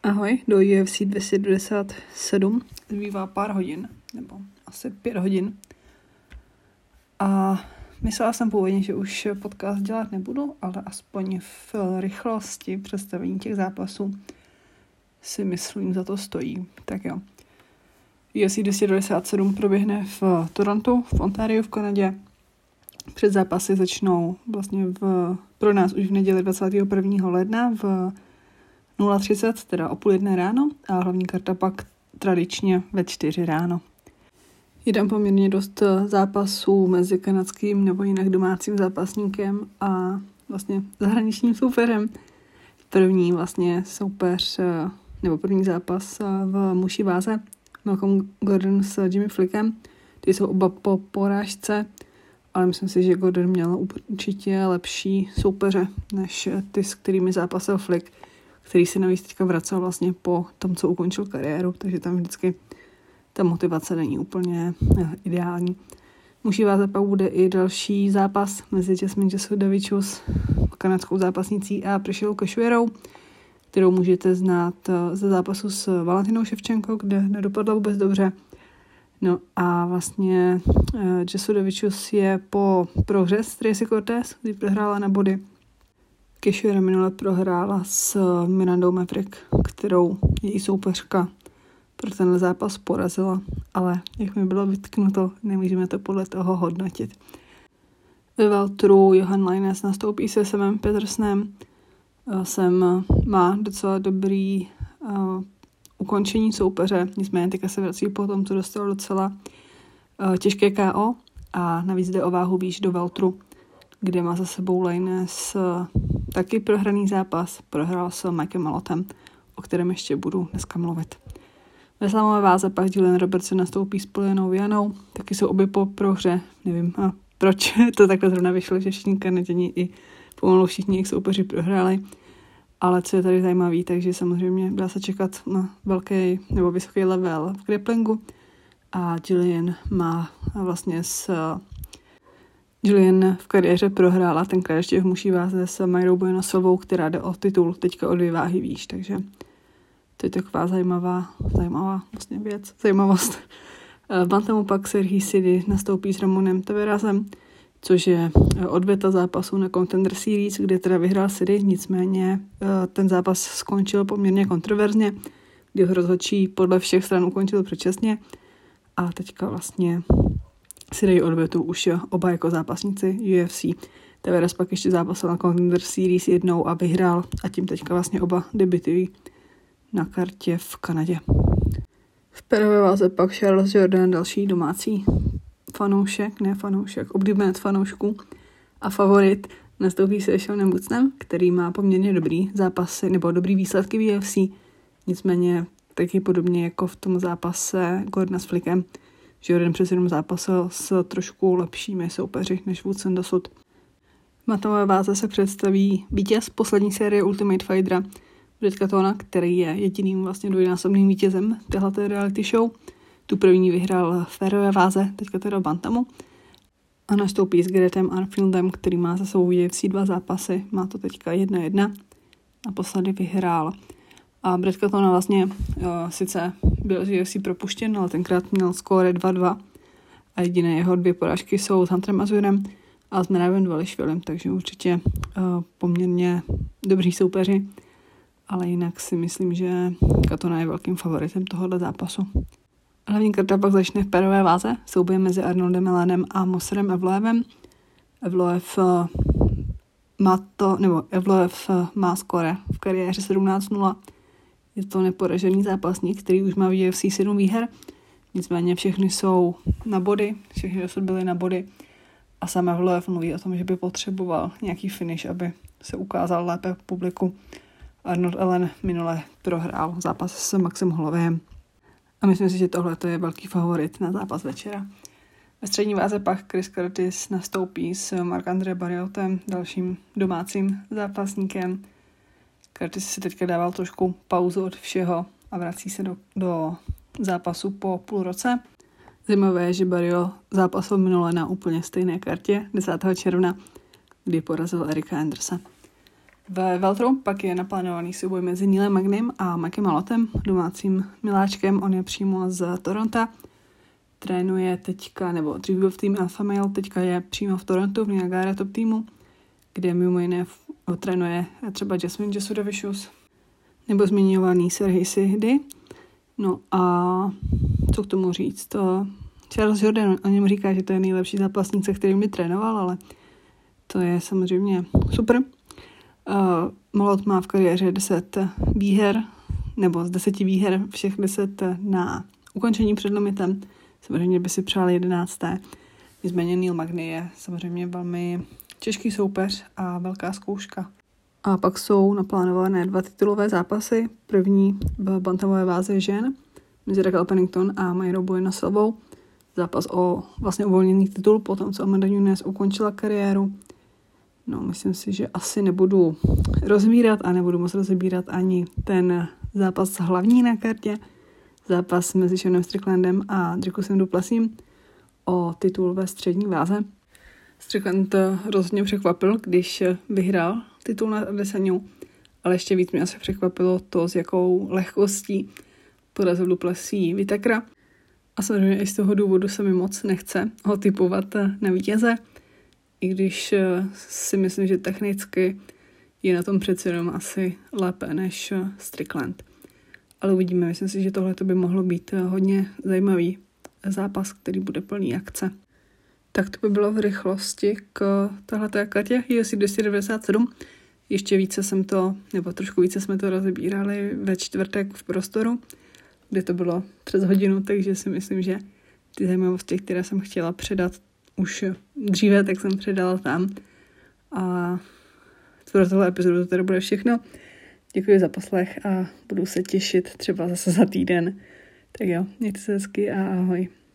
Ahoj, do UFC 297 zbývá pár hodin, nebo asi 5 hodin. A myslela jsem původně, že už podcast dělat nebudu, ale aspoň v rychlosti představení těch zápasů si myslím za to stojí. Tak jo. UFC 297 proběhne v Torontu, v Ontáriu v Kanadě. Před zápasy začnou vlastně pro nás už v neděli 21. ledna v 0:30, teda o 12:30 ráno, a hlavní karta pak tradičně ve 4 ráno. Je tam poměrně dost zápasů mezi kanadským nebo jinak domácím zápasníkem a vlastně zahraničním soupeřem. První vlastně soupeř, nebo první zápas v muší váze, Malcolm Gordon s Jimmy Flickem. Ty jsou oba po porážce, ale myslím si, že Gordon měl určitě lepší soupeře než ty, s kterými zápasil Flick, který se navíc teďka vracel vlastně po tom, co ukončil kariéru, takže tam vždycky ta motivace není úplně ideální. Muší váze pak bude i další zápas mezi Jasmine Jasudavicius, kanadskou zápasnicí, a Priscillou Cachoeirou, kterou můžete znát ze zápasu s Valentinou Ševčenko, kde nedopadla vůbec dobře. No a vlastně Jasudavicius je po prohře s Tracy Cortez, kdy prohrála na body. Cachoeira minule prohrála s Mirandou Maverick, kterou její soupeřka pro tenhle zápas porazila, ale jak mi bylo vytknuto, nemůžeme to podle toho hodnotit. Ve welteru Johan Lainez nastoupí se Samem Petersonem. Sam má docela dobrý ukončení soupeře, nicméně teďka se vrací po tom, co dostal docela těžké KO, a navíc jde o váhu výš do welteru, kde má za sebou Lainez taky prohraný zápas. Prohrál s Mikem Malotem, o kterém ještě budu dneska mluvit. Ve slamové váze pak Gillian Robertson nastoupí s Polianou Vianou. Taky jsou obě po prohře. Nevím, proč to takhle zrovna vyšlo, že všichni Kanaděni i pomalu všichni jejich soupeři prohráli. Ale co je tady zajímavý, takže samozřejmě dá se čekat na velký nebo vysoký level v grapplingu. A Gillian v kariéře prohrála tenkrát ještě v muší váze s Mairou Buenosovou, která jde o titul teďka o 2 váhy výš, takže to je taková zajímavá vlastně věc, zajímavost. V bantamu pak Serhii Sidi nastoupí s Ramonem Taverazem, což je odveta zápasu na Contender Series, kde teda vyhrál Sidi, nicméně ten zápas skončil poměrně kontroverzně, kdy ho rozhodčí podle všech stran ukončil předčasně, a teďka vlastně si dají odvetu už oba jako zápasníci UFC. Taveras pak ještě zápasil na Contender Series jednou a vyhrál, a tím teďka vlastně oba debutují na kartě v Kanadě. V perové váze pak Charles Jourdain, další domácí oblíbenec fanoušků a favorit, nastoupí se Seanem Woodsem, který má poměrně dobrý zápasy nebo dobrý výsledky v UFC. Nicméně taky podobně jako v tom zápase Gordona s Flickem, Jourdain přes jenom zápasil s trošku lepšími soupeři než Woodson dosud. V bantamové váze se představí vítěz poslední série Ultimate Fightera Brett Katona, který je jediným vlastně dvojnásobným vítězem téhleté reality show. Tu první vyhrál v férové váze, teďka teda v bantamu. A nastoupí s Garrettem Armfieldem, který má za sebou UFC 2 zápasy. Má to teďka 1-1. Naposledy vyhrál. A Brett Katona vlastně sice byl z UFC propuštěn, ale tenkrát měl skóre 2-2. A jediné jeho 2 porážky jsou s Hunterem Azurem a s Merabem Dvalishvilim, takže určitě poměrně dobří soupeři. Ale jinak si myslím, že Katona je velkým favoritem tohoto zápasu. Hlavní karta pak začne v perové váze, souboj mezi Arnoldem Elanem a Moserem Evloevem. Evloev má skóre v kariéře 17-0. Je to neporažený zápasník, který už má v UFC 7 výher. Nicméně všechny jsou na body, všechny dosud byly na body. A sám Evloev mluví o tom, že by potřeboval nějaký finish, aby se ukázal lépe publiku. Arnold Ellen minule prohrál zápas s Maxem Hollowayem. A myslím si, že tohle je velký favorit na zápas večera. Ve střední váze pak Chris Curtis nastoupí s Marc-André Barriotem, dalším domácím zápasníkem. Curtis si teďka dával trošku pauzu od všeho a vrací se do zápasu po půl roce. Zajímavé je, že Barrio zápasil minule na úplně stejné kartě 10. června, kdy porazil Erika Andersa. Ve Veltru pak je naplánovaný souboj mezi Neilem Magnym a Mikeem Malottem, domácím miláčkem. On je přímo z Toronto. Trénuje teďka, nebo dřív byl v tým Alpha Male, teďka je přímo v Torontu, v Niagara top týmu, kde mimo jiné trénuje třeba Jasmine Jasudavicius nebo zmiňovaný Serhej Sihdy. No a co k tomu říct? Charles Jourdain o něm říká, že to je nejlepší zápasník, se kterým by trénoval, ale to je samozřejmě super. Malott má v kariéře 10 výher, nebo z 10 výher všech 10 na ukončení před limitem. Samozřejmě by si přál 11. Nicméně Neil Magny je samozřejmě velmi těžký soupeř a velká zkouška. A pak jsou naplánované 2 titulové zápasy. První v bantamové váze žen mezi Raquel Pennington a Mayra Bueno-Silvou. Zápas o vlastně uvolněný titul po tom, co Amanda Nunes ukončila kariéru. No, myslím si, že asi nebudu rozbírat a nebudu moc rozbírat ani ten zápas hlavní na kartě. Zápas mezi Seanem Stricklandem a Dricusem du Plessis o titul ve střední váze. Strickland rozhodně překvapil, když vyhrál titul na Adesanya, ale ještě víc mě asi překvapilo to, s jakou lehkostí porazil du Plessis Whitakera. A samozřejmě i z toho důvodu se mi moc nechce ho typovat na vítěze, i když si myslím, že technicky je na tom přece jenom asi lépe než Strickland. Ale uvidíme, myslím si, že tohle by mohlo být hodně zajímavý zápas, který bude plný akce. Tak to by bylo v rychlosti k téhleté kartě UFC 297. Ještě více trošku více jsme to rozebírali ve čtvrtek v Prostoru, kde to bylo přes hodinu, takže si myslím, že ty zajímavosti, které jsem chtěla předat už dříve, tak jsem předala tam. A pro tohle epizodu to tady bude všechno. Děkuji za poslech a budu se těšit třeba zase za týden. Tak jo, mějte se hezky a ahoj.